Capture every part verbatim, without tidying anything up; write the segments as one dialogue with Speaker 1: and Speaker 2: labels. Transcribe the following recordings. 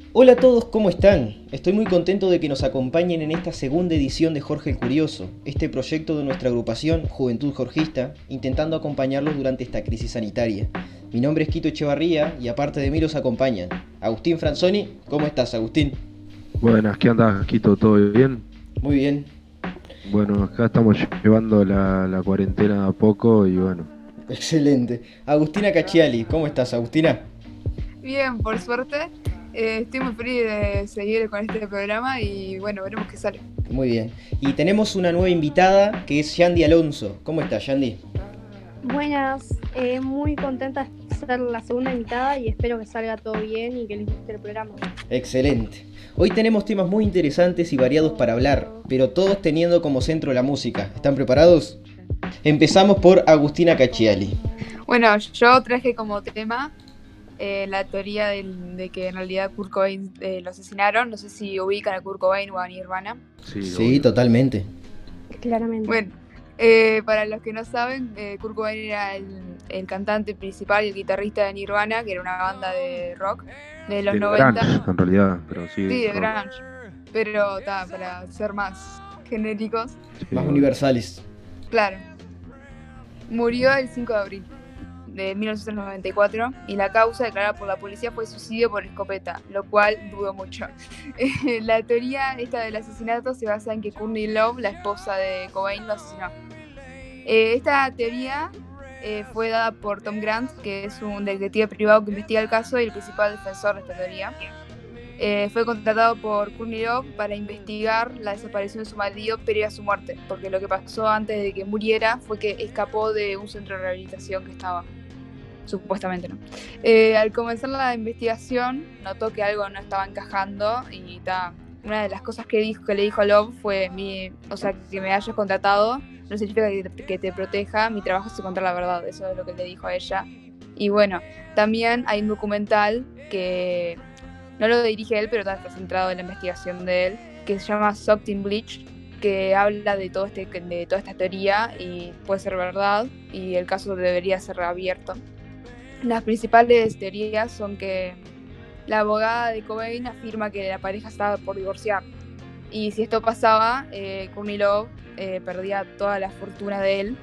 Speaker 1: Hola a todos, ¿cómo están? Estoy muy contento de que nos acompañen en esta segunda edición de Jorge el Curioso, este proyecto de nuestra agrupación Juventud Jorgista, intentando acompañarlos durante esta crisis sanitaria. Mi nombre es Quito Echevarría y aparte de mí los acompañan Agustín Franzoni. ¿Cómo estás, Agustín?
Speaker 2: Buenas, ¿qué andas, Quito? ¿Todo bien?
Speaker 1: Muy bien.
Speaker 2: Bueno, acá estamos llevando la, la cuarentena de a poco y bueno.
Speaker 1: Excelente. Agustina Cacciali, ¿cómo estás, Agustina?
Speaker 3: Bien, por suerte. Eh, estoy muy feliz de seguir con este programa y bueno, veremos qué sale.
Speaker 1: Muy bien. Y tenemos una nueva invitada que es Yandy Alonso. ¿Cómo estás, Yandy?
Speaker 4: Buenas, eh, muy contenta de ser la segunda invitada y espero que salga todo bien y que les guste el programa.
Speaker 1: Excelente. Hoy tenemos temas muy interesantes y variados para hablar, pero todos teniendo como centro la música. ¿Están preparados? Empezamos por Agustina Cacciali.
Speaker 3: Bueno, yo traje como tema eh, la teoría del, de que en realidad Kurt Cobain eh, lo asesinaron. No sé si ubican a Kurt Cobain o a Nirvana.
Speaker 2: Sí,
Speaker 1: Sí,
Speaker 2: obvio.
Speaker 1: totalmente.
Speaker 4: Claramente.
Speaker 3: Bueno, eh, para los que no saben, eh, Kurt Cobain era el, el cantante principal y el guitarrista de Nirvana, que era una banda de rock de los
Speaker 2: De
Speaker 3: noventa.
Speaker 2: grunge, en realidad, pero sí.
Speaker 3: Sí, de
Speaker 2: rock.
Speaker 3: grunge. Pero ta, para ser más genéricos,
Speaker 2: Sí,
Speaker 1: Más
Speaker 2: obvio.
Speaker 1: universales.
Speaker 3: claro. Murió el cinco de abril de mil novecientos noventa y cuatro y la causa declarada por la policía fue suicidio por escopeta, lo cual dudo mucho. La teoría esta del asesinato se basa en que Courtney Love, la esposa de Cobain, lo asesinó. Eh, esta teoría eh, fue dada por Tom Grant, que es un detective privado que investiga el caso y el principal defensor de esta teoría. Eh, fue contratado por Courtney Love para investigar la desaparición de su marido previo a su muerte, porque lo que pasó antes de que muriera fue que escapó de un centro de rehabilitación que estaba, supuestamente, ¿no? Eh, al comenzar la investigación, notó que algo no estaba encajando y ta, una de las cosas que, dijo, que le dijo a Love fue, mi, o sea, que me hayas contratado no significa que te, que te proteja, mi trabajo es encontrar la verdad, eso es lo que le dijo a ella. Y bueno, también hay un documental que no lo dirige él, pero está centrado en la investigación de él, que se llama Soaked in Bleach, que habla de, todo este, de toda esta teoría y puede ser verdad, y el caso debería ser reabierto. Las principales teorías son que la abogada de Cobain afirma que la pareja estaba por divorciar, y si esto pasaba, eh, Courtney Love eh, perdía toda la fortuna de él,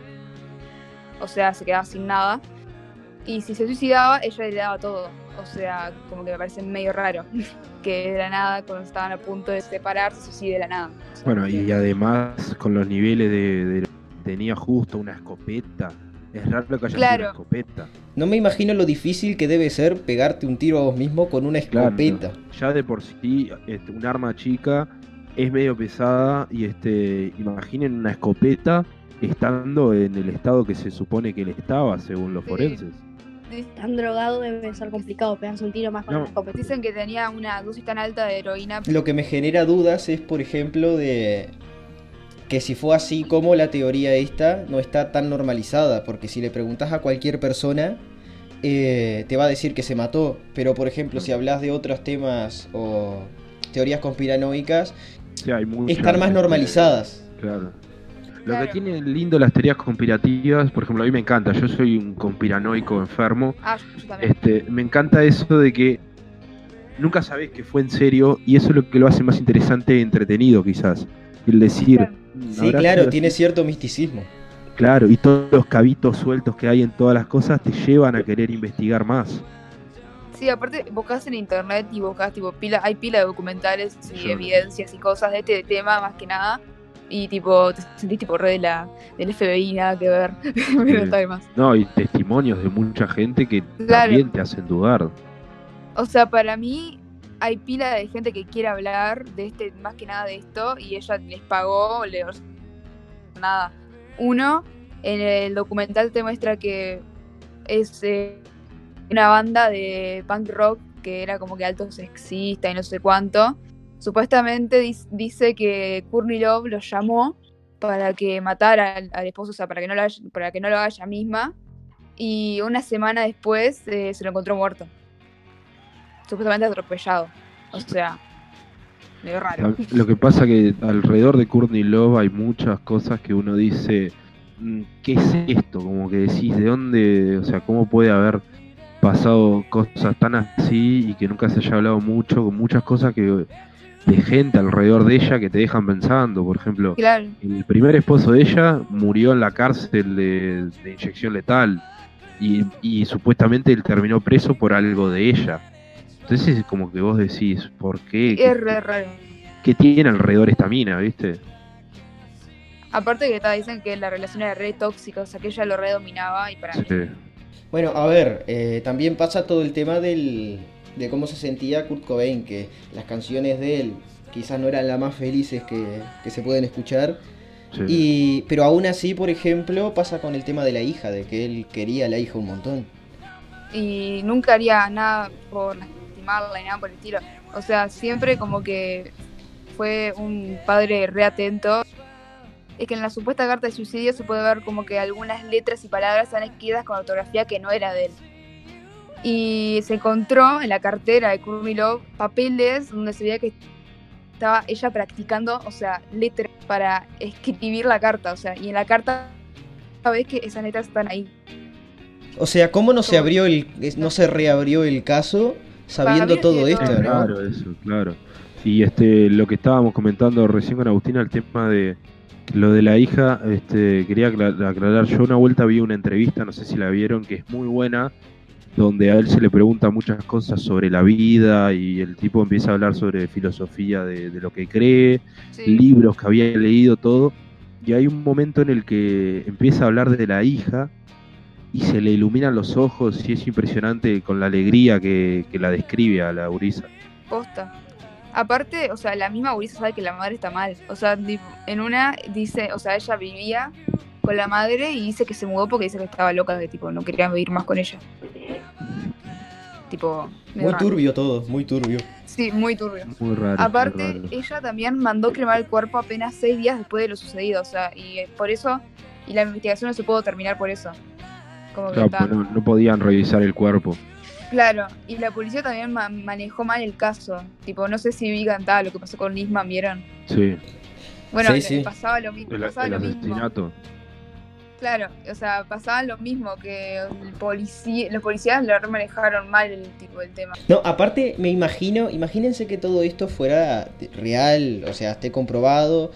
Speaker 3: o sea, se quedaba sin nada, y si se suicidaba, ella le daba todo. O sea, como que me parece medio raro que de la nada, cuando estaban a punto de separarse, se suicide de la nada. O sea,
Speaker 2: Bueno, y
Speaker 3: que...
Speaker 2: además con los niveles de, de- tenía justo una escopeta. Es raro que haya sido
Speaker 3: Claro.
Speaker 2: una escopeta.
Speaker 1: No me imagino lo difícil que debe ser pegarte un tiro a vos mismo con una
Speaker 2: Claro,
Speaker 1: escopeta.
Speaker 2: ya de por sí este, un arma chica es medio pesada y este imaginen una escopeta estando en el estado que se supone que él estaba, según los
Speaker 3: Sí.
Speaker 2: forenses.
Speaker 4: Tan drogado debe ser complicado pegarse un tiro más con
Speaker 2: No.
Speaker 4: una escopeta.
Speaker 3: Dicen que tenía una dosis tan alta de heroína.
Speaker 1: Lo que me genera dudas es, por ejemplo, de que si fue así, como la teoría esta no está tan normalizada, porque si le preguntas a cualquier persona, eh, te va a decir que se mató, pero por ejemplo, si hablas de otros temas o teorías conspiranoicas,
Speaker 2: O sea, hay muchas,
Speaker 1: están más
Speaker 2: este,
Speaker 1: normalizadas.
Speaker 2: Claro. Lo
Speaker 3: Claro.
Speaker 2: que tiene lindo las teorías conspirativas, por ejemplo, a mí me encanta, yo soy un conspiranoico enfermo,
Speaker 3: Ah, yo también.
Speaker 2: este, me encanta eso de que nunca sabés que fue en serio y eso es lo que lo hace más interesante y entretenido quizás. El decir,
Speaker 3: Claro.
Speaker 2: "Mm,
Speaker 1: Sí,
Speaker 2: ¿habrá
Speaker 1: claro,
Speaker 2: sido
Speaker 1: tiene
Speaker 2: así?".
Speaker 1: cierto misticismo.
Speaker 2: Claro, y todos los cabitos sueltos que hay en todas las cosas te llevan a querer investigar más.
Speaker 3: Sí, aparte buscas en internet y buscas tipo pila, hay pila de documentales y
Speaker 2: Yo-
Speaker 3: evidencias y cosas de este tema más que nada. Y tipo, te sentís tipo re de la, del F B I, nada que ver. Pero
Speaker 2: Sí.
Speaker 3: está de más.
Speaker 2: No, y testimonios de mucha gente que
Speaker 3: Claro.
Speaker 2: también te hacen dudar.
Speaker 3: O sea, para mí hay pila de gente que quiere hablar de este, más que nada de esto, y ella les pagó, le nada. Uno, en el documental te muestra que es eh, una banda de punk rock que era como que alto sexista y no sé cuánto. Supuestamente dis- dice que Courtney Love lo llamó para que matara al, al esposo, o sea, para que no lo haga, para que no lo haga ella misma. Y una semana después eh, se lo encontró muerto. Supuestamente atropellado. O sea, medio raro.
Speaker 2: Lo que pasa que alrededor de Courtney Love hay muchas cosas que uno dice, "Mm, ¿qué es esto?". Como que decís, ¿de dónde? O sea, ¿cómo puede haber pasado cosas tan así y que nunca se haya hablado mucho, con muchas cosas que de gente alrededor de ella que te dejan pensando. Por ejemplo,
Speaker 3: Claro.
Speaker 2: el primer esposo de ella murió en la cárcel de, de inyección letal y, y supuestamente él terminó preso por algo de ella. Entonces es como que vos decís, ¿por qué? ¿Qué,
Speaker 3: Es re raro.
Speaker 2: qué tiene alrededor esta mina, viste?
Speaker 3: Aparte que ta, dicen que la relación era re tóxica, o sea que ella lo redominaba y para mí.
Speaker 2: Sí.
Speaker 1: Bueno, a ver, eh, también pasa todo el tema del, de cómo se sentía Kurt Cobain, que las canciones de él quizás no eran las más felices que, que se pueden escuchar,
Speaker 2: Sí.
Speaker 1: y, pero aún así, por ejemplo, pasa con el tema de la hija, de que él quería a la hija un montón.
Speaker 3: Y nunca haría nada por lastimarla ni nada por el estilo. O sea, siempre como que fue un padre re atento. Es que en la supuesta carta de suicidio se puede ver como que algunas letras y palabras están escritas con ortografía que no era de él. Y se encontró en la cartera de Courtney Love papeles donde se veía que estaba ella practicando, o sea, letras para escribir la carta. O sea, y en la carta ves que esas letras están ahí.
Speaker 1: O sea, ¿cómo no se
Speaker 3: ¿Cómo?
Speaker 1: abrió el, no se reabrió el caso sabiendo
Speaker 3: Para mí
Speaker 1: todo
Speaker 3: tiene
Speaker 1: esto,
Speaker 3: todo,
Speaker 2: Es
Speaker 1: ¿no?
Speaker 2: raro eso, claro. Y este, lo que estábamos comentando recién con Agustina, el tema de lo de la hija, este, quería acla- aclarar, yo una vuelta vi una entrevista, no sé si la vieron, que es muy buena, donde a él se le pregunta muchas cosas sobre la vida y el tipo empieza a hablar sobre filosofía de, de lo que cree,
Speaker 3: Sí.
Speaker 2: libros que había leído, todo, y hay un momento en el que empieza a hablar de la hija y se le iluminan los ojos y es impresionante con la alegría que, que la describe a la gurisa.
Speaker 3: Posta. Aparte, o sea, la misma gurisa sabe que la madre está mal. O sea, di- en una dice, o sea, ella vivía con la madre y dice que se mudó porque dice que estaba loca, que tipo no quería vivir más con ella. Tipo, medio
Speaker 1: Muy
Speaker 3: raro.
Speaker 1: turbio todo, muy turbio.
Speaker 3: Sí, muy turbio.
Speaker 2: Muy raro.
Speaker 3: Aparte,
Speaker 2: muy raro.
Speaker 3: ella también mandó cremar el cuerpo apenas seis días después de lo sucedido, o sea, y eh, por eso, y la investigación no se pudo terminar por eso. Como que
Speaker 2: Claro,
Speaker 3: está.
Speaker 2: pues no, no podían revisar el cuerpo.
Speaker 3: Claro, y la policía también ma- manejó mal el caso. Tipo, no sé si vi cantada lo que pasó con Nisman, ¿vieron?
Speaker 2: Sí,
Speaker 3: Bueno,
Speaker 1: Sí,
Speaker 3: le-
Speaker 1: sí.
Speaker 3: pasaba lo mismo.
Speaker 2: el,
Speaker 3: Pasaba
Speaker 2: el
Speaker 3: lo mismo.
Speaker 2: asesinato.
Speaker 3: Claro, o sea, pasaba lo mismo, que el policía, los policías lo manejaron mal el tipo del tema.
Speaker 1: No, aparte me imagino, imagínense que todo esto fuera real, o sea, esté comprobado,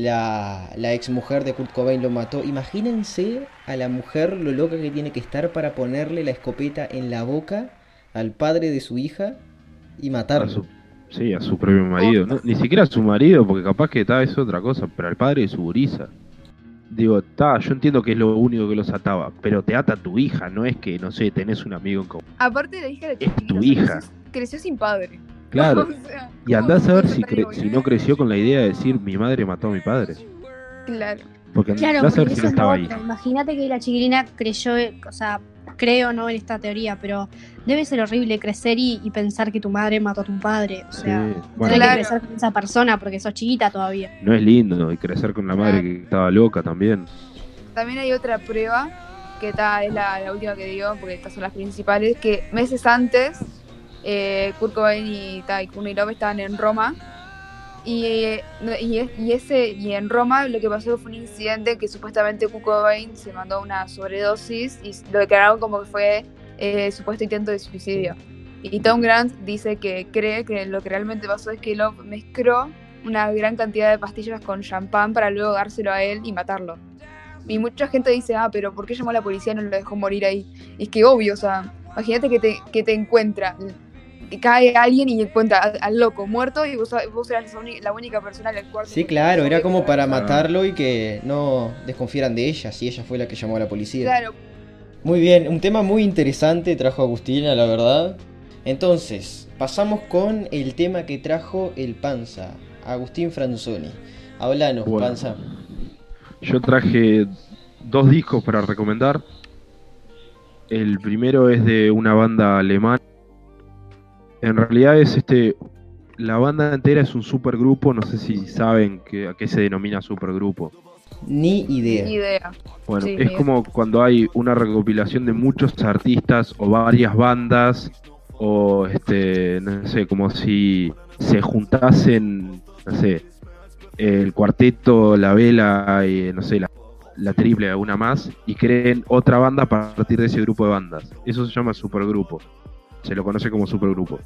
Speaker 1: la, la ex mujer de Kurt Cobain lo mató. Imagínense a la mujer lo loca que tiene que estar para ponerle la escopeta en la boca al padre de su hija y
Speaker 2: A
Speaker 1: matarlo.
Speaker 2: su, sí, a su propio marido. No, ni siquiera a su marido, porque capaz que está es otra cosa, pero al padre de su gurisa. Digo, está, yo entiendo que es lo único que los ataba, pero te ata tu hija, no es que, no sé, tenés un amigo en común.
Speaker 3: Aparte, la hija de
Speaker 2: Es
Speaker 3: chiquita,
Speaker 2: tu
Speaker 3: o sea,
Speaker 2: hija.
Speaker 3: Creció, creció sin padre.
Speaker 2: Claro.
Speaker 3: O sea,
Speaker 2: Y
Speaker 3: ¿cómo
Speaker 2: andás a ver
Speaker 3: puede
Speaker 2: si,
Speaker 3: ser tan
Speaker 2: cre-
Speaker 3: egoísta?
Speaker 2: si no creció con la idea de decir mi madre mató a mi padre.
Speaker 3: Claro.
Speaker 2: Porque
Speaker 4: Claro,
Speaker 2: andás a ver
Speaker 4: porque
Speaker 2: si
Speaker 4: esa
Speaker 2: no
Speaker 4: es la
Speaker 2: estaba ahí.
Speaker 4: otra. Imagínate que la chiquilina creyó, o sea, creo no en esta teoría, pero debe ser horrible crecer y, y pensar que tu madre mató a tu padre. O
Speaker 2: Sí,
Speaker 4: sea,
Speaker 2: bueno,
Speaker 4: tenés
Speaker 3: Claro.
Speaker 4: que crecer con esa persona porque sos chiquita todavía.
Speaker 2: no es lindo, y crecer con la madre que estaba loca también.
Speaker 3: También hay otra prueba, que esta es la, la última que digo, porque estas son las principales, que meses antes, eh, Kurt Cobain y, ta, y Courtney Love estaban en Roma, y, eh, no- y, es- y ese y en Roma lo que pasó fue un incidente que supuestamente Kurt Cobain se mandó una sobredosis y lo declararon como que fue eh, supuesto intento de suicidio. Y Tom Grant dice que cree que lo que realmente pasó es que Love mezcló una gran cantidad de pastillas con champán para luego dárselo a él y matarlo. Y mucha gente dice, ah, pero ¿por qué llamó a la policía y no lo dejó morir ahí? Y es que obvio, o sea, imagínate que te, que te encuentra, que cae alguien y encuentra al, al loco muerto y vos, vos eras la uni- la única persona en el cuarto.
Speaker 1: Sí, claro, era como para
Speaker 2: Claro.
Speaker 1: matarlo y que no desconfieran de ella, si ella fue la que llamó a la policía.
Speaker 3: Claro,
Speaker 1: Muy bien, un tema muy interesante trajo Agustina, la verdad. Entonces, pasamos con el tema que trajo el Panza, Agustín Franzoni. Hablanos,
Speaker 2: Bueno.
Speaker 1: Panza.
Speaker 2: Yo traje dos discos para recomendar. El primero es de una banda alemana. En realidad es este, la banda entera es un supergrupo. No sé si saben que, a qué se denomina supergrupo.
Speaker 1: Ni idea.
Speaker 3: ni idea.
Speaker 2: Bueno,
Speaker 3: Sí,
Speaker 2: es
Speaker 3: ni
Speaker 2: como cuando hay una recopilación de muchos artistas o varias bandas o este, no sé, como si se juntasen, no sé, el cuarteto, la vela y no sé, la, la triple, una más, y creen otra banda a partir de ese grupo de bandas. Eso se llama supergrupo. Se lo conoce como supergrupo.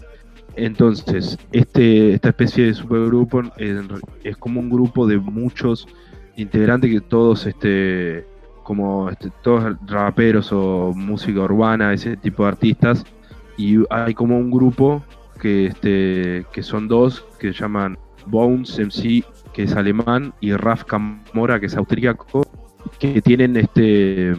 Speaker 2: Entonces, este, esta especie de supergrupo es, es como un grupo de muchos integrantes que todos, este, como este, todos raperos o música urbana, ese tipo de artistas, y hay como un grupo que, este, que son dos, que se llaman Bones M C, que es alemán, y Raf Camora, que es austríaco, que tienen este,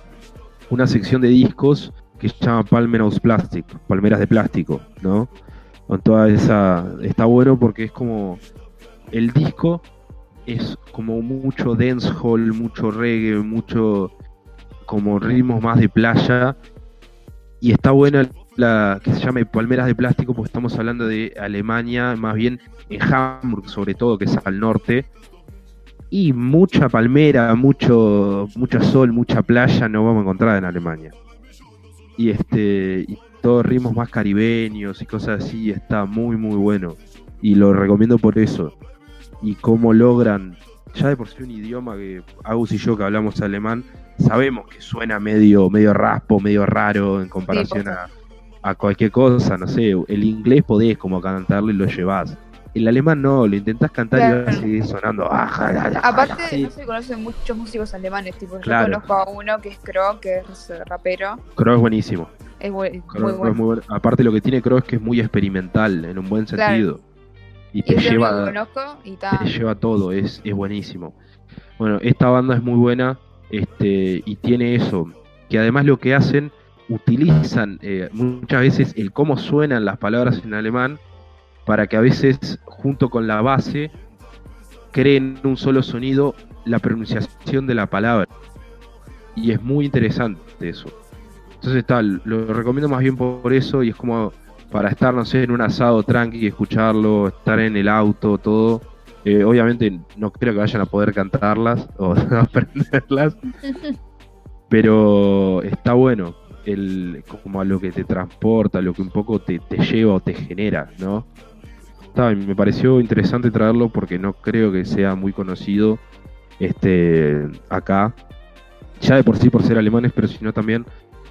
Speaker 2: una sección de discos que se llama Palmerous Plastic, palmeras de plástico, ¿no? Con toda esa... Está bueno porque es como... El disco es como mucho dancehall, mucho reggae, mucho como ritmos más de playa, y está buena la que se llame Palmeras de Plástico porque estamos hablando de Alemania, más bien en Hamburg sobre todo, que es al norte, y mucha palmera, mucho mucho sol, mucha playa no vamos a encontrar en Alemania. Y este y todos ritmos más caribeños y cosas así, está muy muy bueno y lo recomiendo por eso. Y cómo logran, ya de por sí un idioma que Agus y yo que hablamos alemán, sabemos que suena medio medio raspo, medio raro en comparación sí, a, a cualquier cosa, no sé, el inglés podés como cantarlo y lo llevás. El alemán no, lo intentás cantar claro. Y va a seguir sonando.
Speaker 3: Aparte, sí. No se conocen muchos músicos alemanes, tipo, claro. Yo conozco a uno que es Crow, que es rapero.
Speaker 2: Crow es buenísimo.
Speaker 3: Es, bu-
Speaker 2: Crow,
Speaker 3: muy, bueno.
Speaker 2: es muy bueno. Aparte lo que tiene Crow es que es muy experimental, en un buen sentido. Claro. Y te
Speaker 3: y
Speaker 2: lleva,
Speaker 3: conozco y ta...
Speaker 2: te lleva todo, es, es buenísimo. Bueno, esta banda es muy buena, este, y tiene eso, que además lo que hacen, utilizan eh, muchas veces el cómo suenan las palabras en alemán, para que a veces, junto con la base, creen un solo sonido la pronunciación de la palabra. Y es muy interesante eso. Entonces tal, lo recomiendo más bien por eso, y es como para estar, no sé, en un asado tranqui, escucharlo, estar en el auto, todo. Eh, obviamente no creo que vayan a poder cantarlas o aprenderlas, pero está bueno, el, como a lo que te transporta, lo que un poco te, te lleva o te genera, ¿no? Está, me pareció interesante traerlo porque no creo que sea muy conocido este acá, ya de por sí por ser alemanes, pero sino también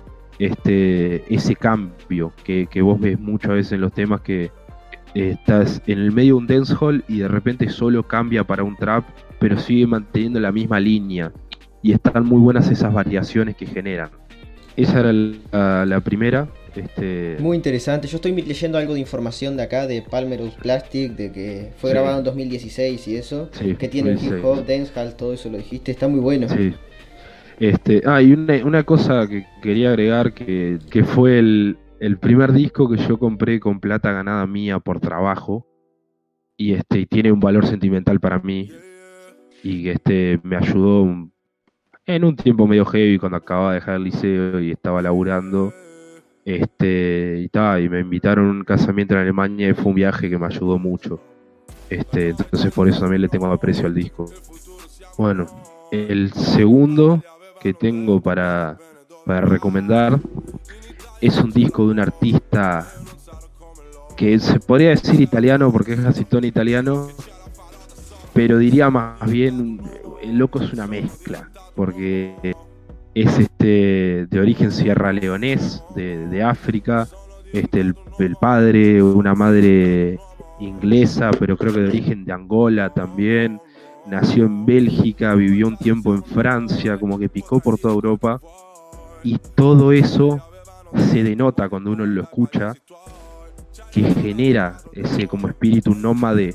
Speaker 2: este ese cambio que, que vos ves muchas veces en los temas, que eh, estás en el medio de un dancehall y de repente solo cambia para un trap, pero sigue manteniendo la misma línea, y están muy buenas esas variaciones que generan. Esa era la, la primera. Este...
Speaker 1: Muy interesante. Yo estoy leyendo algo de información de acá, de Palmerous Plastic, de que fue
Speaker 2: sí.
Speaker 1: grabado en dos mil dieciséis y eso,
Speaker 2: sí,
Speaker 1: que tiene el hip hop, dancehall, todo eso lo dijiste, está muy bueno.
Speaker 2: Sí. Este, ah, y una, una cosa que quería agregar, que, que fue el, el primer disco que yo compré con plata ganada mía por trabajo, y este y tiene un valor sentimental para mí, y que este me ayudó un, en un tiempo medio heavy cuando acababa de dejar el liceo y estaba laburando. Este, y, ta, y me invitaron a un casamiento en Alemania y fue un viaje que me ayudó mucho. Este, entonces por eso también le tengo aprecio al disco. Bueno, el segundo que tengo para, para recomendar es un disco de un artista que se podría decir italiano porque es casi todo en italiano, pero diría más bien el loco es una mezcla, porque es este de origen sierraleonés, de, de África, este el, el padre, una madre inglesa, pero creo que de origen de Angola también, nació en Bélgica, vivió un tiempo en Francia, como que picó por toda Europa, y todo eso se denota cuando uno lo escucha, que genera ese como espíritu nómade,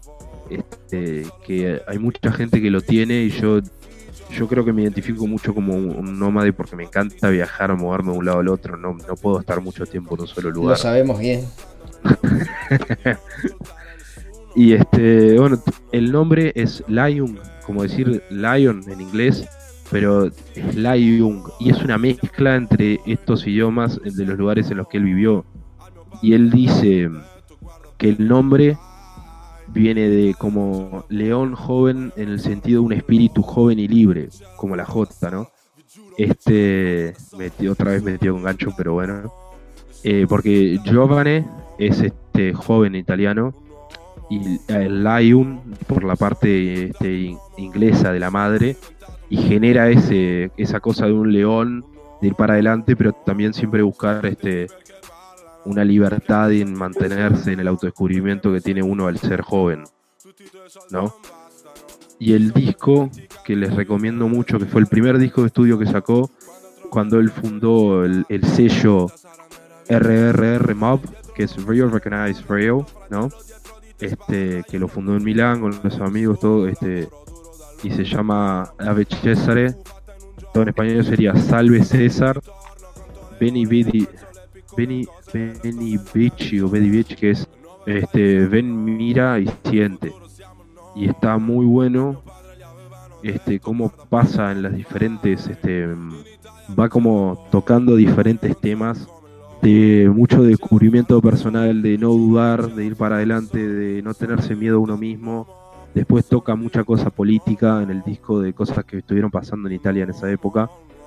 Speaker 2: este, que hay mucha gente que lo tiene, y yo Yo creo que me identifico mucho como un, un nómade porque me encanta viajar, moverme de un lado al otro. No, no puedo estar mucho tiempo en un solo lugar.
Speaker 1: Lo sabemos bien.
Speaker 2: Y este, bueno, el nombre es Lion, como decir lion en inglés, pero es Lion, y es una mezcla entre estos idiomas de los lugares en los que él vivió. Y él dice que el nombre viene de como león joven en el sentido de un espíritu joven y libre, como la J, ¿no? Este, metí, otra vez metido con gancho, pero bueno. Eh, porque Giovane es este joven italiano y el Lion por la parte este, inglesa de la madre, y genera ese esa cosa de un león, de ir para adelante, pero también siempre buscar este una libertad en mantenerse en el autodescubrimiento que tiene uno al ser joven, ¿no? Y el disco que les recomiendo mucho, que fue el primer disco de estudio que sacó cuando él fundó el, el sello R R R Mob, que es Real Recognized Real, ¿no? Este, que lo fundó en Milán con los amigos, todo, este, y se llama Ave Cesare, todo en español sería Salve César, Beni Vidi, Beni, Beni Vici o Beni Vici, que es este, ven, mira y siente. Y está muy bueno este cómo pasa en las diferentes este va como tocando diferentes temas de mucho descubrimiento personal, de no dudar, de ir para adelante, de no tenerse miedo a uno mismo. Después toca mucha cosa política en el disco, de cosas que estuvieron pasando en Italia en esa época.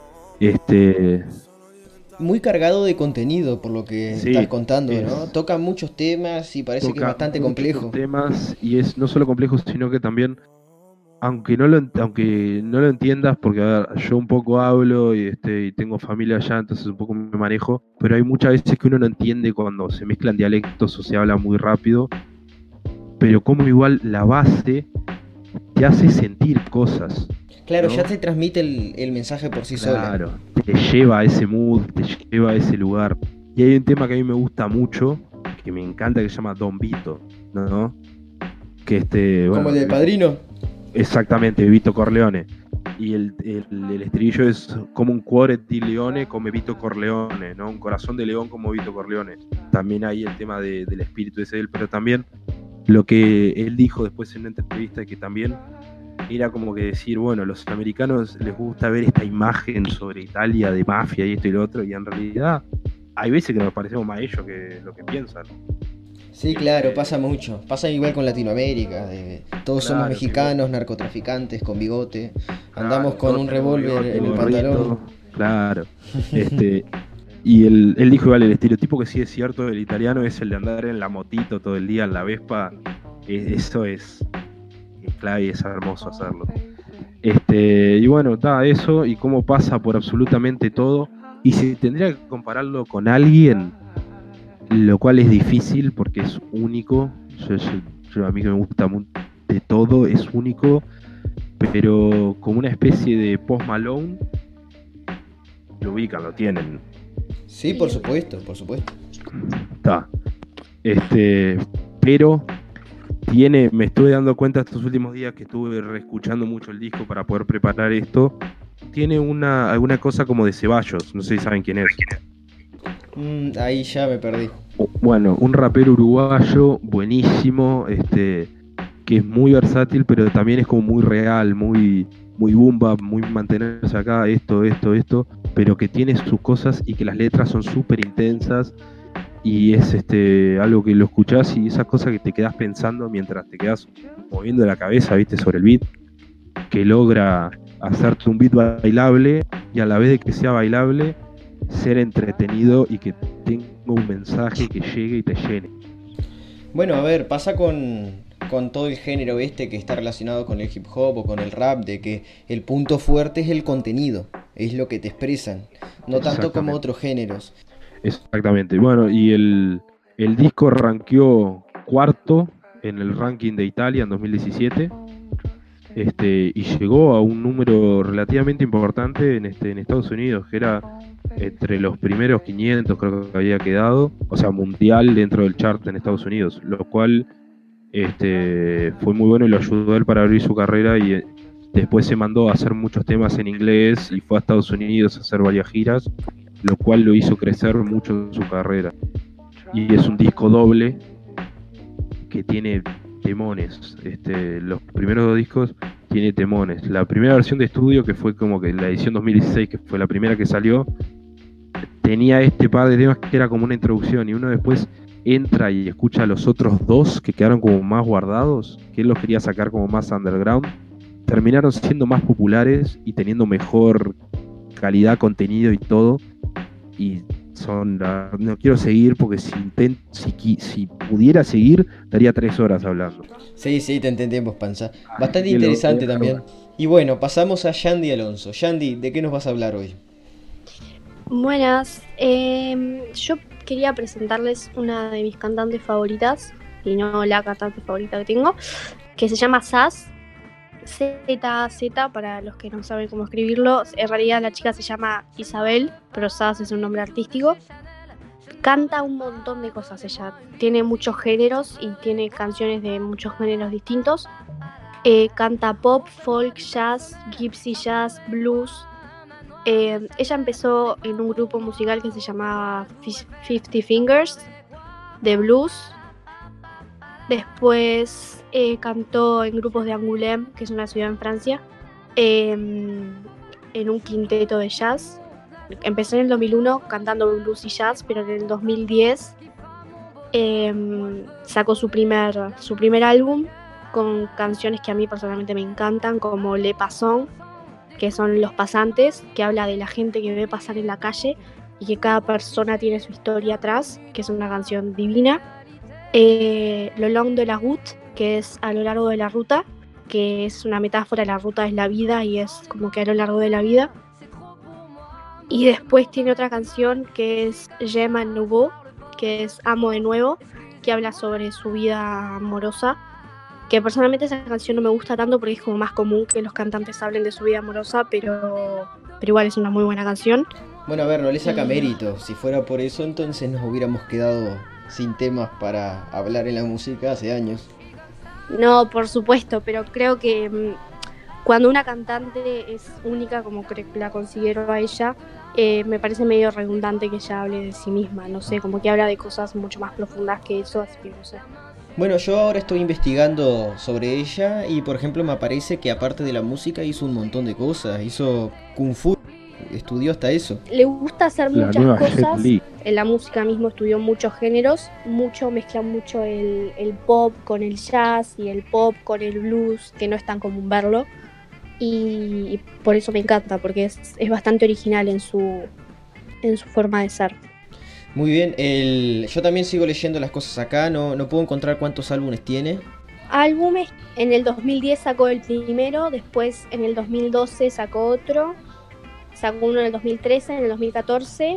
Speaker 2: Este
Speaker 1: Muy cargado de contenido, por lo que
Speaker 2: Sí,
Speaker 1: estás contando,
Speaker 2: es-
Speaker 1: ¿no? Toca muchos temas y parece que es
Speaker 2: toca
Speaker 1: bastante
Speaker 2: muchos
Speaker 1: complejo.
Speaker 2: temas, y es no solo complejo, sino que también, aunque no lo, ent- aunque no lo entiendas, porque a ver, yo un poco hablo y, este, y tengo familia allá, entonces un poco me manejo, pero hay muchas veces que uno no entiende cuando se mezclan dialectos o se habla muy rápido, pero como igual la base te hace sentir cosas.
Speaker 1: Claro,
Speaker 2: ¿no?
Speaker 1: ya te transmite el, el mensaje por sí sola.
Speaker 2: Claro, te lleva a ese mood, te lleva a ese lugar. Y hay un tema que a mí me gusta mucho, que me encanta, que se llama Don Vito, ¿no? Que este, bueno,
Speaker 1: Como el del Padrino.
Speaker 2: exactamente, Vito Corleone. Y el, el, el estribillo es como un cuore di leone come Vito Corleone, ¿no? Un corazón de león como Vito Corleone. También hay el tema de, del espíritu ese de él, pero también lo que él dijo después en una entrevista, que también era como que decir, bueno, los americanos les gusta ver esta imagen sobre Italia de mafia y esto y lo otro, y en realidad hay veces que nos parecemos más ellos que lo que piensan.
Speaker 1: Sí, claro, pasa mucho. Pasa igual con Latinoamérica. de- todos somos
Speaker 2: Claro,
Speaker 1: mexicanos, narcotraficantes, con bigote. Andamos
Speaker 2: Claro,
Speaker 1: con
Speaker 2: todos
Speaker 1: un
Speaker 2: tenemos
Speaker 1: revólver
Speaker 2: bigote,
Speaker 1: en el
Speaker 2: gorrito,
Speaker 1: pantalón.
Speaker 2: Claro. Este, y él, él dijo igual, el estereotipo que sí es cierto del italiano es el de andar en la motito todo el día, en la Vespa. Eh, Eso es, es clave y es hermoso hacerlo. Este, y bueno, está eso, y cómo pasa por absolutamente todo. Y si tendría que compararlo con alguien, lo cual es difícil porque es único. Yo, yo- yo- a mí que me gusta mu- de todo, es único, pero como una especie de Post Malone, lo ubican, lo tienen.
Speaker 1: Sí, por supuesto, por supuesto.
Speaker 2: Está. Este, pero tiene, me estuve dando cuenta estos últimos días que estuve reescuchando mucho el disco para poder preparar esto. Tiene una alguna cosa como de Ceballos, no sé si saben quién es.
Speaker 1: Mm, ahí ya me perdí.
Speaker 2: Bueno, un rapero uruguayo buenísimo, este, que es muy versátil, pero también es como muy real, muy, muy boom bap, muy mantenerse acá, esto, esto, esto, pero que tiene sus cosas y que las letras son súper intensas, y es este algo que lo escuchás y esas cosas que te quedas pensando mientras te quedas moviendo la cabeza, viste, sobre el beat, que logra hacerte un beat bailable y a la vez de que sea bailable, ser entretenido y que tenga un mensaje que llegue y te llene.
Speaker 1: Bueno, a ver, pasa con, con todo el género este que está relacionado con el hip hop o con el rap, de que el punto fuerte es el contenido, es lo que te expresan, no tanto como
Speaker 2: Exactamente.
Speaker 1: otros géneros.
Speaker 2: Exactamente. Bueno, y el, el disco rankeó cuarto en el ranking de Italia en dos mil diecisiete. Este, y llegó a un número relativamente importante en, este, en Estados Unidos, que era entre los primeros quinientos, creo que había quedado, o sea, mundial dentro del chart en Estados Unidos, lo cual este, fue muy bueno y lo ayudó a él para abrir su carrera, y eh, después se mandó a hacer muchos temas en inglés y fue a Estados Unidos a hacer varias giras, lo cual lo hizo crecer mucho en su carrera. Y es un disco doble que tiene temones. Este, los primeros dos discos tiene temones. La primera versión de estudio, que fue como que la edición dos mil dieciséis, que fue la primera que salió, tenía este par de temas que era como una introducción, y uno después entra y escucha los otros dos que quedaron como más guardados, que él los quería sacar como más underground, terminaron siendo más populares y teniendo mejor calidad, contenido y todo, y son la- no quiero seguir porque si, intent, si, qui- si pudiera seguir, estaría tres horas hablando.
Speaker 1: Sí, sí, te entendemos, Panza. Bastante
Speaker 2: que lo-
Speaker 1: interesante
Speaker 2: lo-
Speaker 1: también. Y bueno, pasamos a Yandy Alonso. Yandy, ¿de qué nos vas a hablar hoy?
Speaker 4: Buenas, em, yo quería presentarles una de mis cantantes favoritas, y no la cantante favorita que tengo, que se llama Sass, Z Z para los que no saben cómo escribirlo. En realidad la chica se llama Isabel, pero Sass es un nombre artístico. Canta un montón de cosas ella, tiene muchos géneros y tiene canciones de muchos géneros distintos. Eh, canta pop, folk, jazz, gypsy jazz, blues. Eh, ella empezó en un grupo musical que se llamaba Fifty Fingers, de blues. Después eh, cantó en grupos de Angoulême, que es una ciudad en Francia, eh, en un quinteto de jazz. Empezó en el dos mil uno cantando blues y jazz, pero en el dos mil diez eh, sacó su primer, su primer álbum con canciones que a mí personalmente me encantan, como Les Passants, que son los pasantes, que habla de la gente que ve pasar en la calle y que cada persona tiene su historia atrás, que es una canción divina. Eh, Le long de la route, que es a lo largo de la ruta, que es una metáfora, la ruta es la vida y es como que a lo largo de la vida. Y después tiene otra canción que es J'aime à nouveau, que es Amo de nuevo, que habla sobre su vida amorosa, que personalmente esa canción no me gusta tanto porque es como más común que los cantantes hablen de su vida amorosa, pero, pero igual es una muy buena canción.
Speaker 1: Bueno, a ver, no le saca mérito. Si fuera por eso, entonces nos hubiéramos quedado sin temas para hablar en la música hace años.
Speaker 4: No, por supuesto, pero creo que mmm, cuando una cantante es única, como creo que la considero a ella, eh, me parece medio redundante que ella hable de sí misma, no sé, como que habla de cosas mucho más profundas que eso, así que no sé.
Speaker 1: Bueno, yo ahora estoy investigando sobre ella y, por ejemplo, me aparece que aparte de la música hizo un montón de cosas. Hizo Kung Fu, estudió hasta eso.
Speaker 4: Le gusta hacer
Speaker 2: La
Speaker 4: muchas
Speaker 2: nueva Jet
Speaker 4: cosas.
Speaker 2: Li.
Speaker 4: En la música mismo estudió muchos géneros, mucho mezcla mucho el, el pop con el jazz y el pop con el blues, que no es tan común verlo. Y, y por eso me encanta, porque es, es bastante original en su, en su forma de ser.
Speaker 1: Muy bien, el... yo también sigo leyendo las cosas acá, no, no puedo encontrar cuántos álbumes tiene.
Speaker 4: Álbumes, en el dos mil diez sacó el primero, después en el dos mil doce sacó otro, sacó uno en el dos mil trece, en el dos mil catorce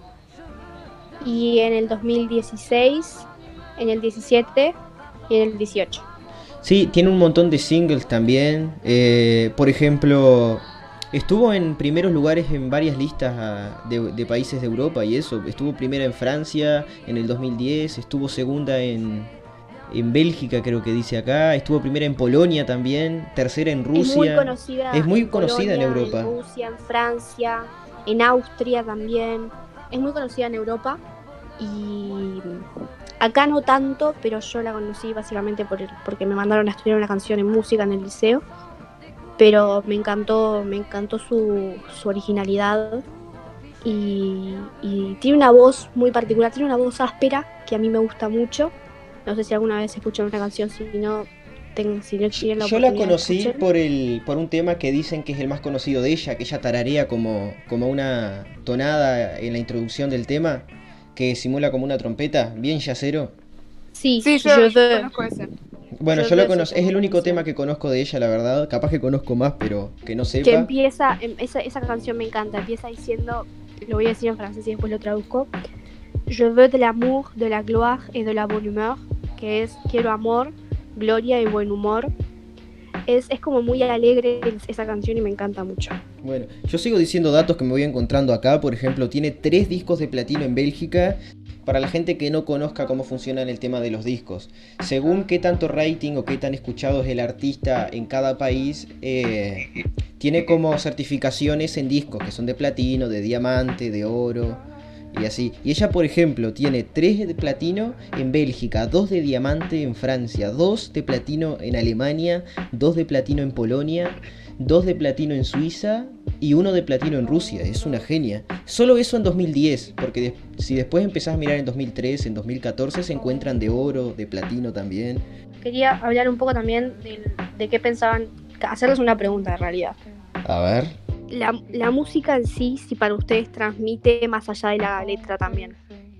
Speaker 4: y en el dos mil dieciséis, en el diecisiete y en el dieciocho.
Speaker 1: Sí, tiene un montón de singles también. Eh, por ejemplo, estuvo en primeros lugares en varias listas ah, de, de países de Europa y eso. Estuvo primera en Francia en el dos mil diez, estuvo segunda en, en Bélgica, creo que dice acá. Estuvo primera en Polonia también, tercera en Rusia.
Speaker 4: Es muy conocida,
Speaker 1: Es muy
Speaker 4: en
Speaker 1: conocida
Speaker 4: Polonia,
Speaker 1: en Europa.
Speaker 4: en Rusia, en Francia, en Austria también. Es muy conocida en Europa y acá no tanto, pero yo la conocí básicamente por el, porque me mandaron a estudiar una canción en música en el liceo. Pero me encantó, me encantó su, su originalidad y, y tiene una voz muy particular, tiene una voz áspera que a mí me gusta mucho. No sé si alguna vez escuchan una canción, si no, ten, si no tienen la
Speaker 1: Yo la
Speaker 4: oportunidad de
Speaker 1: conocí
Speaker 4: escucharla.
Speaker 1: por el por un tema que dicen que es el más conocido de ella, que ella tararea como, como una tonada en la introducción del tema, que simula como una trompeta, bien yacero.
Speaker 4: Sí,
Speaker 3: Sí, yo,
Speaker 4: je
Speaker 3: yo
Speaker 4: veux.
Speaker 3: conozco ese.
Speaker 1: Bueno,
Speaker 4: Yo
Speaker 1: yo lo
Speaker 4: veo
Speaker 1: conozco,
Speaker 4: ese
Speaker 1: es el
Speaker 4: tema,
Speaker 1: único
Speaker 4: sí.
Speaker 1: tema que conozco de ella, la verdad. Capaz que conozco más, pero que no
Speaker 4: Que
Speaker 1: sepa.
Speaker 4: empieza, em- esa, esa canción me encanta, empieza diciendo, lo voy a decir en francés y después lo traduzco: Je veux de l'amour, de la gloire et de la bonne humeur, que es quiero amor, gloria y buen humor. Es, es como muy alegre esa canción y me encanta mucho.
Speaker 1: Bueno, yo sigo diciendo datos que me voy encontrando acá. Por ejemplo, tiene tres discos de platino en Bélgica. Para la gente que no conozca cómo funciona el tema de los discos, según qué tanto rating o qué tan escuchado es el artista en cada país, eh, tiene como certificaciones en discos que son de platino, de diamante, de oro y así. Y ella, por ejemplo, tiene tres de platino en Bélgica, dos de diamante en Francia, dos de platino en Alemania, dos de platino en Polonia, dos de platino en Suiza y uno de platino en Rusia. Es una genia. Solo eso en dos mil diez, porque de- si después empezás a mirar en dos mil trece, en dos mil catorce se encuentran de oro, de platino también.
Speaker 4: Quería hablar un poco también de, de qué pensaban, hacerles una pregunta en realidad.
Speaker 1: A ver.
Speaker 4: la, la música en sí, si para ustedes transmite más allá de la letra también.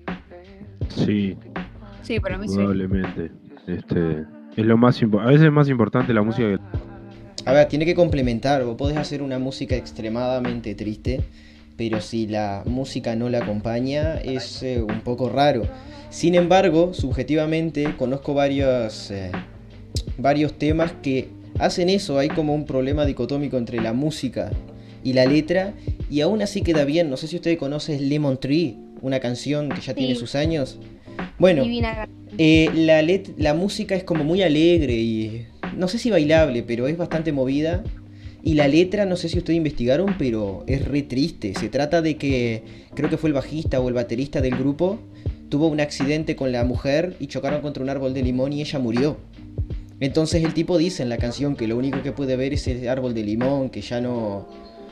Speaker 2: Sí,
Speaker 3: Sí, para mí sí.
Speaker 2: probablemente. Este, es lo más impo- a veces es más importante la música que...
Speaker 1: A ver, tiene que complementar. Vos podés hacer una música extremadamente triste, pero si la música no la acompaña es eh, un poco raro. Sin embargo, subjetivamente conozco varios, eh, varios temas que hacen eso. Hay como un problema dicotómico entre la música y la letra, y aún así queda bien. No sé si ustedes conocen Lemon Tree, una canción que ya
Speaker 4: Sí.
Speaker 1: tiene sus años. Bueno,
Speaker 4: Divina.
Speaker 1: eh, la, let- la música es como muy alegre y no sé si bailable, pero es bastante movida. Y la letra, no sé si ustedes investigaron, pero es re triste. Se trata de que creo que fue el bajista o el baterista del grupo, tuvo un accidente con la mujer y chocaron contra un árbol de limón y ella murió. Entonces el tipo dice en la canción que lo único que puede ver es el árbol de limón, que ya no,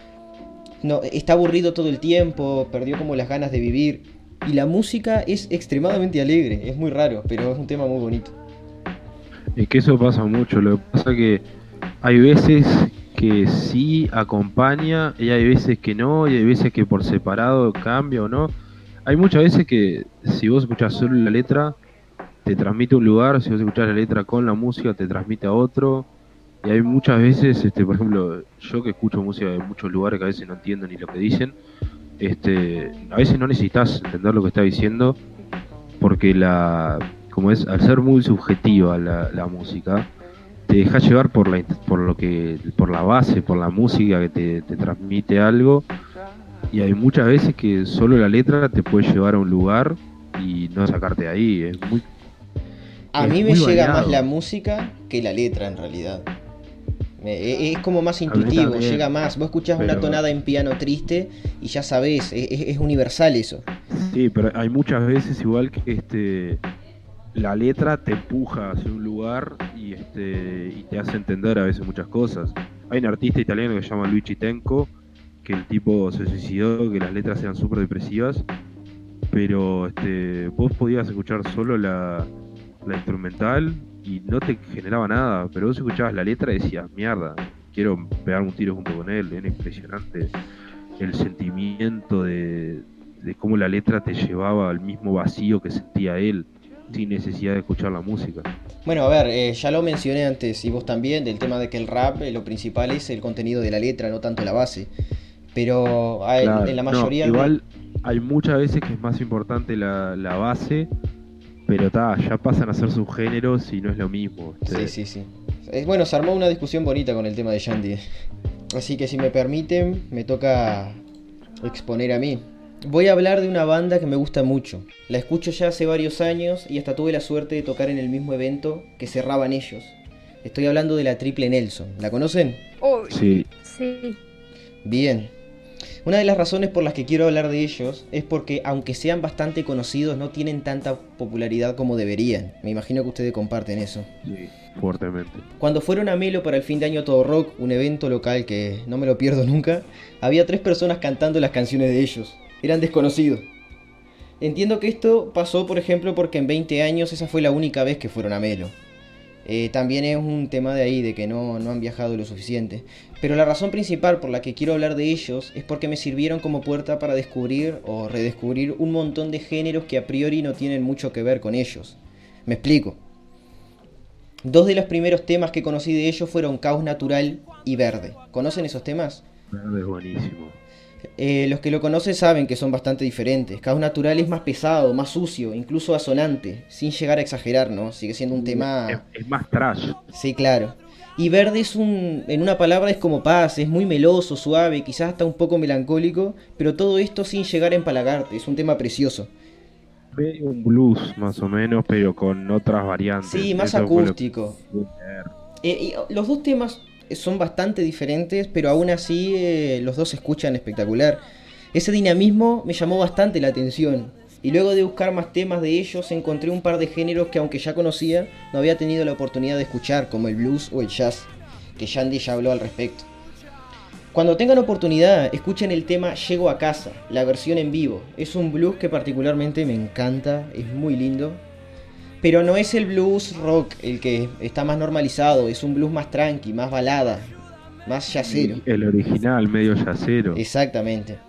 Speaker 1: no está aburrido todo el tiempo, perdió como las ganas de vivir. Y la música es extremadamente alegre, es muy raro, pero es un tema muy bonito.
Speaker 2: Es que eso pasa mucho, lo que pasa que hay veces que sí acompaña y hay veces que no, y hay veces que por separado cambia o no. Hay muchas veces que si vos escuchás solo la letra, te transmite un lugar, si vos escuchás la letra con la música, te transmite a otro. Y hay muchas veces, este, por ejemplo, yo que escucho música de muchos lugares que a veces no entiendo ni lo que dicen, este, a veces no necesitas entender lo que está diciendo, porque la, como es, al ser muy subjetiva la, la música, te deja llevar por la, por lo que, por la base, por la música que te, te transmite algo, y hay muchas veces que solo la letra te puede llevar a un lugar y no sacarte de ahí. Es muy,
Speaker 1: A
Speaker 2: es
Speaker 1: mí me
Speaker 2: muy
Speaker 1: llega
Speaker 2: variado.
Speaker 1: más la música que la letra en realidad. Eh, Es como más
Speaker 2: mí
Speaker 1: intuitivo,
Speaker 2: también,
Speaker 1: llega más. Vos escuchás una
Speaker 2: pero-
Speaker 1: tonada en piano triste y ya sabés, es, es- es universal eso.
Speaker 2: Sí, pero hay muchas veces igual que este la letra te empuja hacia un lugar y este y te hace entender a veces muchas cosas. Hay un artista italiano que se llama Luigi Tenco, que el tipo se suicidó, que las letras eran súper depresivas, pero este vos podías escuchar solo la, la instrumental y no te generaba nada, pero vos escuchabas la letra y decías, mierda, quiero pegarme un tiro junto con él. Era impresionante el sentimiento de, de cómo la letra te llevaba al mismo vacío que sentía él, sin necesidad de escuchar la música.
Speaker 1: Bueno, a ver, eh, ya lo mencioné antes y vos también, del tema de que el rap, eh, lo principal es el contenido de la letra, no tanto la base. Pero ah, en-
Speaker 2: Claro,
Speaker 1: en la
Speaker 2: no,
Speaker 1: mayoría de-
Speaker 2: igual hay muchas veces que es más importante la, la base, pero ta, ya pasan a ser subgéneros y no es lo mismo. este.
Speaker 1: Sí, sí, sí. Eh, Bueno, se armó una discusión bonita con el tema de Yandy. Así que si me permiten, me toca exponer a mí. Voy a hablar de una banda que me gusta mucho. La escucho ya hace varios años y hasta tuve la suerte de tocar en el mismo evento que cerraban ellos. Estoy hablando de la Triple Nelson. ¿La conocen?
Speaker 3: Uy,
Speaker 2: Sí,
Speaker 4: Sí.
Speaker 1: Bien. Una de las razones por las que quiero hablar de ellos es porque, aunque sean bastante conocidos, no tienen tanta popularidad como deberían. Me imagino que ustedes comparten eso.
Speaker 2: sí, fuertemente.
Speaker 1: Cuando fueron a Melo para el fin de año Todo Rock, un evento local que no me lo pierdo nunca, había tres personas cantando las canciones de ellos. Eran desconocidos. Entiendo que esto pasó, por ejemplo, porque en veinte años esa fue la única vez que fueron a Melo. Eh, también es un tema de ahí, de que no, no han viajado lo suficiente. Pero la razón principal por la que quiero hablar de ellos es porque me sirvieron como puerta para descubrir o redescubrir un montón de géneros que a priori no tienen mucho que ver con ellos. Me explico. Dos de los primeros temas que conocí de ellos fueron Caos Natural y Verde. ¿Conocen esos temas?
Speaker 2: Verde es buenísimo.
Speaker 1: Eh, los que lo conocen saben que son bastante diferentes. Caos Natural es más pesado, más sucio, incluso asonante, sin llegar a exagerar, ¿no? Sigue siendo un
Speaker 2: Es,
Speaker 1: tema...
Speaker 2: es más trash.
Speaker 1: Sí, claro. Y Verde es un... en una palabra es como paz, es muy meloso, suave, quizás hasta un poco melancólico, pero todo esto sin llegar a empalagarte, es un tema precioso.
Speaker 2: Medio un blues más o menos, pero con otras variantes.
Speaker 1: Sí, más
Speaker 2: Eso fue lo que
Speaker 1: acústico.
Speaker 2: pude leer.
Speaker 1: Eh, y los dos temas son bastante diferentes, pero aún así eh, los dos se escuchan espectacular. Ese dinamismo me llamó bastante la atención. Y luego de buscar más temas de ellos, encontré un par de géneros que, aunque ya conocía, no había tenido la oportunidad de escuchar, como el blues o el jazz, que Yandy ya habló al respecto. Cuando tengan oportunidad, escuchen el tema Llego a casa, la versión en vivo. Es un blues que particularmente me encanta, es muy lindo. Pero no es el blues rock el que está más normalizado, es un blues más tranqui, más balada. más jazzero.
Speaker 2: El original, medio jazzero.
Speaker 1: Exactamente.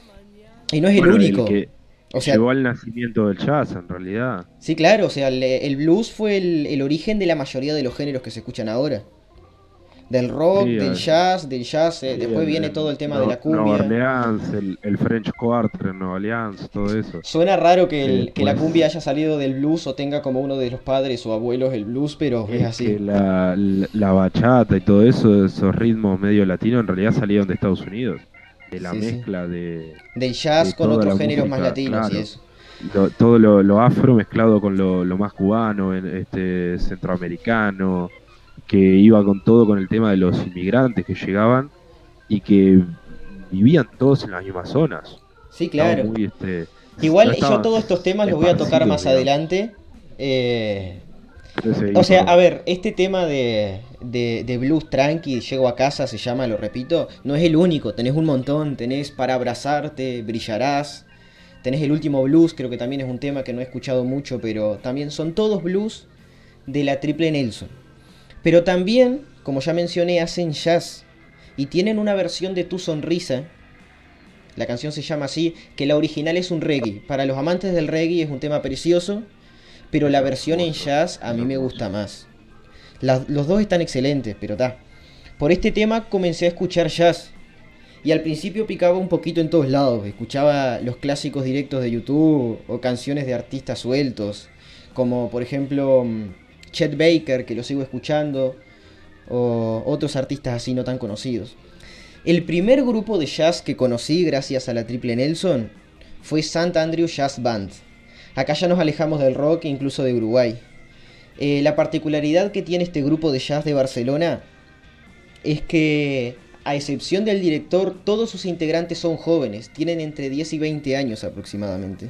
Speaker 1: Y no es el
Speaker 2: Bueno,
Speaker 1: único.
Speaker 2: El que
Speaker 1: O sea,
Speaker 2: llevó al nacimiento del jazz, en realidad.
Speaker 1: sí, claro, o sea, el, el blues fue el, el origen de la mayoría de los géneros que se escuchan ahora. Del rock,
Speaker 2: Sí,
Speaker 1: del
Speaker 2: el-
Speaker 1: jazz, del jazz, eh,
Speaker 2: sí,
Speaker 1: después
Speaker 2: el-
Speaker 1: viene
Speaker 2: el
Speaker 1: todo el tema
Speaker 2: No-
Speaker 1: de la
Speaker 2: Nueva
Speaker 1: cumbia.
Speaker 2: Orleans, el, el French Quarter en Nueva Orleans, todo eso.
Speaker 1: Suena raro que, el-
Speaker 2: Eh,
Speaker 1: que la
Speaker 2: pues-
Speaker 1: cumbia haya salido del blues o tenga como uno de los padres o abuelos el blues, pero es
Speaker 2: Es
Speaker 1: así.
Speaker 2: que la, la, la bachata y todo eso, esos ritmos medio latinos, en realidad salieron de Estados Unidos. De la
Speaker 1: Sí, sí.
Speaker 2: mezcla de,
Speaker 1: Del jazz
Speaker 2: de
Speaker 1: con
Speaker 2: toda
Speaker 1: otros
Speaker 2: la
Speaker 1: géneros más
Speaker 2: música,
Speaker 1: latinos y
Speaker 2: claro.
Speaker 1: eso.
Speaker 2: Lo- todo lo, lo afro mezclado con lo, lo más cubano, en- este centroamericano, que iba con todo con el tema de los inmigrantes que llegaban y que vivían todos en las mismas zonas.
Speaker 1: Sí,
Speaker 2: Estaban
Speaker 1: claro.
Speaker 2: muy, este,
Speaker 1: Igual
Speaker 2: no
Speaker 1: yo
Speaker 2: estaban
Speaker 1: todos estos temas los voy a tocar
Speaker 2: esparcidos,
Speaker 1: más
Speaker 2: digamos.
Speaker 1: adelante. Eh,
Speaker 2: Entonces,
Speaker 1: O sea,
Speaker 2: perdón.
Speaker 1: a ver, este tema de, de, de blues tranqui, llego a casa, se llama, lo repito, no es el único, tenés un montón, tenés Para abrazarte, Brillarás, tenés El último blues, creo que también es un tema que no he escuchado mucho, pero también son todos blues de la Triple Nelson. Pero también, como ya mencioné, hacen jazz y tienen una versión de Tu Sonrisa, la canción se llama así, que la original es un reggae. Para los amantes del reggae es un tema precioso, pero la versión en jazz a mí me gusta más. Las- los dos están excelentes, pero ta. Por este tema comencé a escuchar jazz. Y al principio picaba un poquito en todos lados. Escuchaba los clásicos directos de YouTube o canciones de artistas sueltos. Como por ejemplo mm, Chet Baker, que lo sigo escuchando. O otros artistas así no tan conocidos. El primer grupo de jazz que conocí gracias a la Triple Nelson fue Saint Andrew Jazz Band. Acá ya nos alejamos del rock, incluso de Uruguay. Eh, la particularidad que tiene este grupo de jazz de Barcelona es que, a excepción del director, todos sus integrantes son jóvenes, tienen entre diez y veinte años aproximadamente.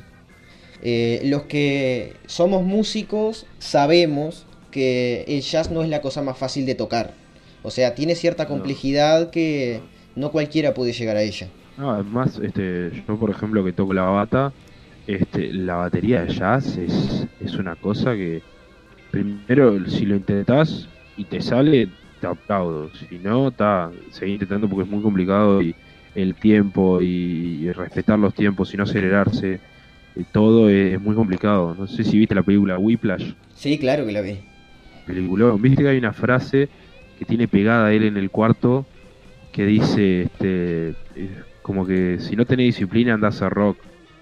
Speaker 1: Eh, los que somos músicos sabemos que el jazz no es la cosa más fácil de tocar. O sea, tiene cierta complejidad que no cualquiera puede llegar a ella.
Speaker 2: No, además, este, yo por ejemplo que toco la bata, este, la batería de jazz es, es una cosa que primero si lo intentás y te sale, te aplaudo. Si no, está, seguí intentando porque es muy complicado y el tiempo y, y respetar los tiempos y no acelerarse, eh, todo es, es muy complicado. No sé si viste la película Whiplash,
Speaker 1: Sí, claro que la vi.
Speaker 2: peliculón. Viste que hay una frase que tiene pegada él en el cuarto que dice, este, eh, como que si no tenés disciplina andás a rock.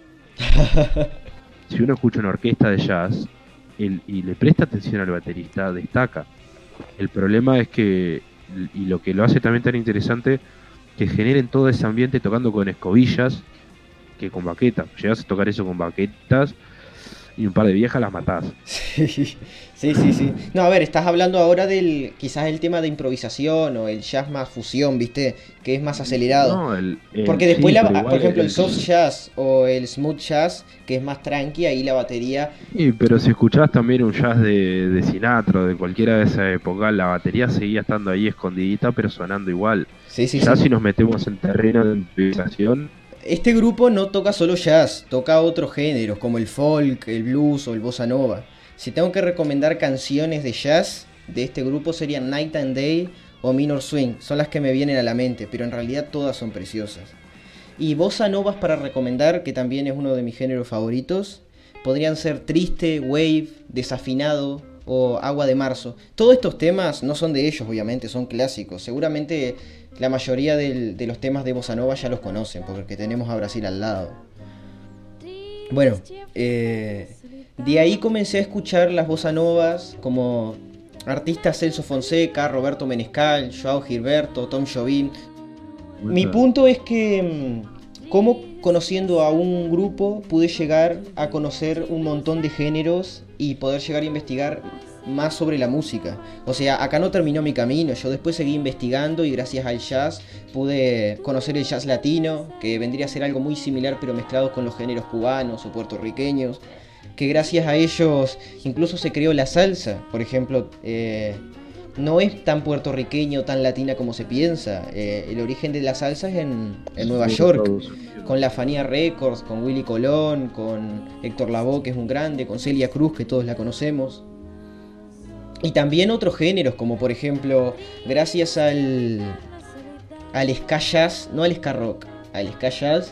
Speaker 2: Si uno escucha una orquesta de jazz el- y le presta atención al baterista, destaca. El problema es que, y lo que lo hace también tan interesante, que generen todo ese ambiente tocando con escobillas que con baquetas. Llegas a tocar eso con baquetas y un par de viejas las matás.
Speaker 1: Sí, sí, sí, sí. No, a ver, estás hablando ahora del, quizás el tema de improvisación o el jazz más fusión, ¿viste? Que es más acelerado.
Speaker 2: No, el- el-
Speaker 1: Porque
Speaker 2: sí,
Speaker 1: después, la-
Speaker 2: pero
Speaker 1: por
Speaker 2: igual
Speaker 1: ejemplo, el
Speaker 2: el-
Speaker 1: soft jazz o el smooth jazz, que es más tranqui, ahí la batería...
Speaker 2: Sí, pero si escuchás también un jazz de, de Sinatra o de cualquiera de esa época, la batería seguía estando ahí escondidita, pero sonando igual.
Speaker 1: Sí, sí,
Speaker 2: Ya
Speaker 1: sí.
Speaker 2: si nos metemos en terreno de improvisación,
Speaker 1: Este grupo no toca solo jazz, toca otros géneros como el folk, el blues o el bossa nova. Si tengo que recomendar canciones de jazz de este grupo serían Night and Day o Minor Swing, son las que me vienen a la mente, pero en realidad todas son preciosas. Y bossa novas para recomendar, que también es uno de mis géneros favoritos, podrían ser Triste, Wave, Desafinado o Agua de Marzo. Todos estos temas no son de ellos, obviamente, son clásicos. Seguramente la mayoría del- de los temas de bossa nova ya los conocen, porque tenemos a Brasil al lado. Bueno, eh, de ahí comencé a escuchar las bossa novas como artistas Celso Fonseca, Roberto Menescal, Joao Gilberto, Tom Jobim. Mi punto es que, mm, como conociendo a un grupo, pude llegar a conocer un montón de géneros y poder llegar a investigar más sobre la música. O sea, acá no terminó mi camino, yo después seguí investigando y gracias al jazz pude conocer el jazz latino, que vendría a ser algo muy similar pero mezclado con los géneros cubanos o puertorriqueños, que gracias a ellos incluso se creó la salsa, por ejemplo. eh, No es tan puertorriqueño, tan latina como se piensa. Eh, el origen de la salsa es en, en Nueva York, con la Fania Records, con Willy Colón, con Héctor Lavoe, que es un grande, con Celia Cruz, que todos la conocemos. Y también otros géneros, como por ejemplo, gracias al, al ska jazz, no al ska rock, al ska jazz.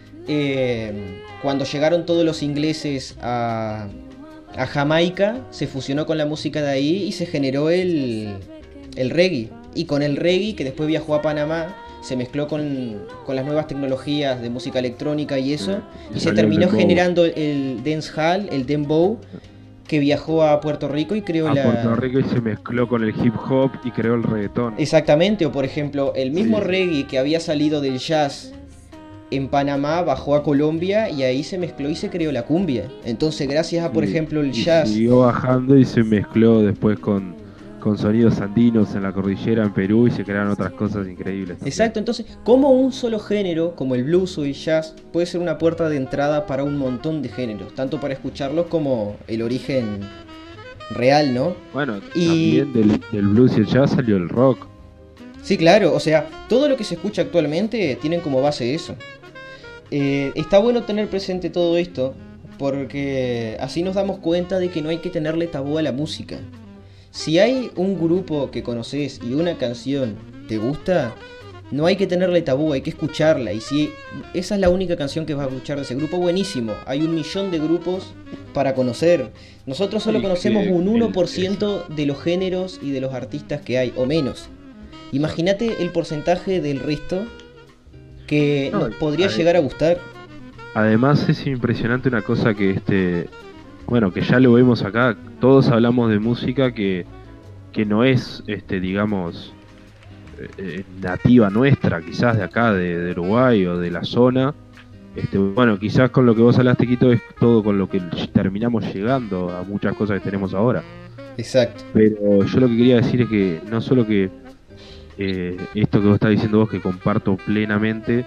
Speaker 1: Eh, cuando llegaron todos los ingleses a, a Jamaica, se fusionó con la música de ahí y se generó el, el reggae. Y con el reggae, que después viajó a Panamá, se mezcló con, con las nuevas tecnologías de música electrónica y eso, y, y se terminó generando el dancehall, el dembow, que viajó a Puerto Rico y creó
Speaker 2: a
Speaker 1: la...
Speaker 2: Puerto Rico y se mezcló con el hip hop y creó el reggaetón.
Speaker 1: Exactamente, o por ejemplo, el mismo
Speaker 2: Sí.
Speaker 1: reggae que había salido del jazz en Panamá bajó a Colombia y ahí se mezcló y se creó la cumbia. Entonces, gracias a, por
Speaker 2: Sí,
Speaker 1: ejemplo, el
Speaker 2: y
Speaker 1: jazz...
Speaker 2: siguió bajando y se mezcló después con, con sonidos andinos en la cordillera en Perú y se crearon otras cosas increíbles también.
Speaker 1: Exacto, entonces, ¿cómo un solo género, como el blues o el jazz, puede ser una puerta de entrada para un montón de géneros? Tanto para escucharlos como el origen real, ¿no?
Speaker 2: Bueno,
Speaker 1: Y-
Speaker 2: también del, del blues y el jazz salió el rock.
Speaker 1: Sí, claro, o sea, todo lo que se escucha actualmente tienen como base eso. Eh, está bueno tener presente todo esto, porque así nos damos cuenta de que no hay que tenerle tabú a la música. Si hay un grupo que conoces y una canción te gusta, no hay que tenerle tabú, hay que escucharla. Y si esa es la única canción que vas a escuchar de ese grupo, buenísimo. Hay un millón de grupos para conocer. Nosotros solo
Speaker 2: Y
Speaker 1: conocemos
Speaker 2: que
Speaker 1: un
Speaker 2: el-
Speaker 1: uno por ciento de los géneros y de los artistas que hay, o menos. Imagínate el porcentaje del resto que
Speaker 2: No,
Speaker 1: nos podría
Speaker 2: a ver.
Speaker 1: llegar a gustar.
Speaker 2: Además es impresionante una cosa que este, bueno, que ya lo vemos acá, todos hablamos de música que, que no es, este, digamos, eh, eh, nativa nuestra, quizás de acá, de, de Uruguay o de la zona. Este, bueno, quizás con lo que vos hablaste, Quito, es todo con lo que terminamos llegando a muchas cosas que tenemos ahora.
Speaker 1: Exacto.
Speaker 2: Pero yo lo que quería decir es que no solo que eh, esto que vos estás diciendo vos, que comparto plenamente,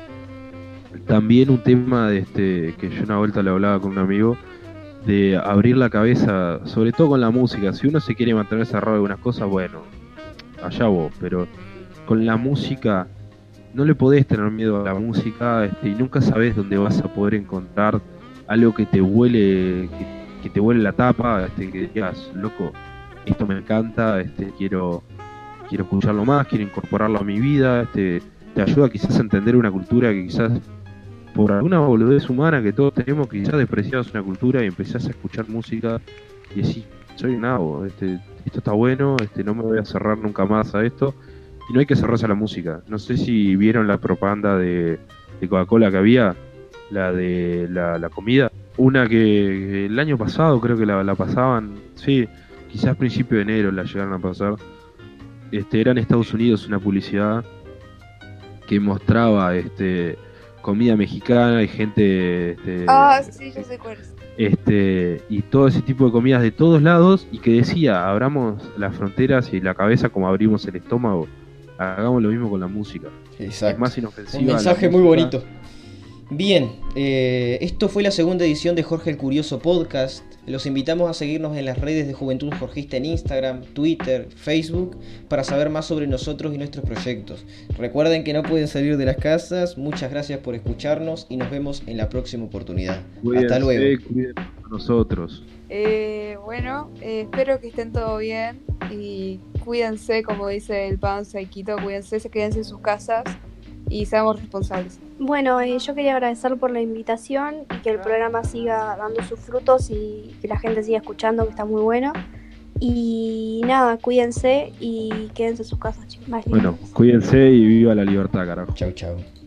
Speaker 2: también un tema de este que yo una vuelta le hablaba con un amigo, de abrir la cabeza, sobre todo con la música. Si uno se quiere mantener cerrado de algunas cosas, bueno, allá vos, pero con la música no le podés tener miedo a la música, este, y nunca sabés dónde vas a poder encontrar algo que te huele, que, que te huele la tapa, este, que digas, loco, esto me encanta, este, quiero, quiero escucharlo más, quiero incorporarlo a mi vida, este, te ayuda quizás a entender una cultura que quizás por alguna boludez humana que todos tenemos, quizás despreciamos una cultura y empezás a escuchar música y decís, soy un nabo, este, esto está bueno, este, no me voy a cerrar nunca más a esto. Y no hay que cerrarse a la música. No sé si vieron la propaganda de, de Coca-Cola que había, la de la, la comida. Una que el año pasado creo que la, la pasaban, sí, quizás principio de enero la llegaron a pasar. Este, era en Estados Unidos una publicidad que mostraba este, comida mexicana y gente... Este,
Speaker 3: Ah, sí, yo sé cuál es.
Speaker 2: este y todo ese tipo de comidas de todos lados, y que decía, abramos las fronteras y la cabeza como abrimos el estómago, hagamos lo mismo con la música.
Speaker 1: Exacto.
Speaker 2: Es más inofensiva
Speaker 1: Un
Speaker 2: la
Speaker 1: mensaje muy
Speaker 2: música.
Speaker 1: bonito. Bien, eh, esto fue la segunda edición de Jorge el Curioso Podcast. Los invitamos a seguirnos en las redes de Juventud Jorgista en Instagram, Twitter, Facebook, para saber más sobre nosotros y nuestros proyectos. Recuerden que no pueden salir de las casas. Muchas gracias por escucharnos y nos vemos en la próxima oportunidad.
Speaker 2: Cuídense,
Speaker 1: Hasta luego.
Speaker 2: cuídense a nosotros.
Speaker 3: Eh, bueno, eh, espero que estén todo bien y cuídense, como dice el Panza y Quito, cuídense, se quédense en sus casas y seamos responsables.
Speaker 4: Bueno, eh, yo quería agradecer por la invitación y que el programa siga dando sus frutos y que la gente siga escuchando, que está muy bueno. Y nada, cuídense y quédense en sus casas, chicos. Más
Speaker 2: Bueno,
Speaker 4: lindos.
Speaker 2: cuídense y viva la libertad, carajo.
Speaker 1: Chau, chau.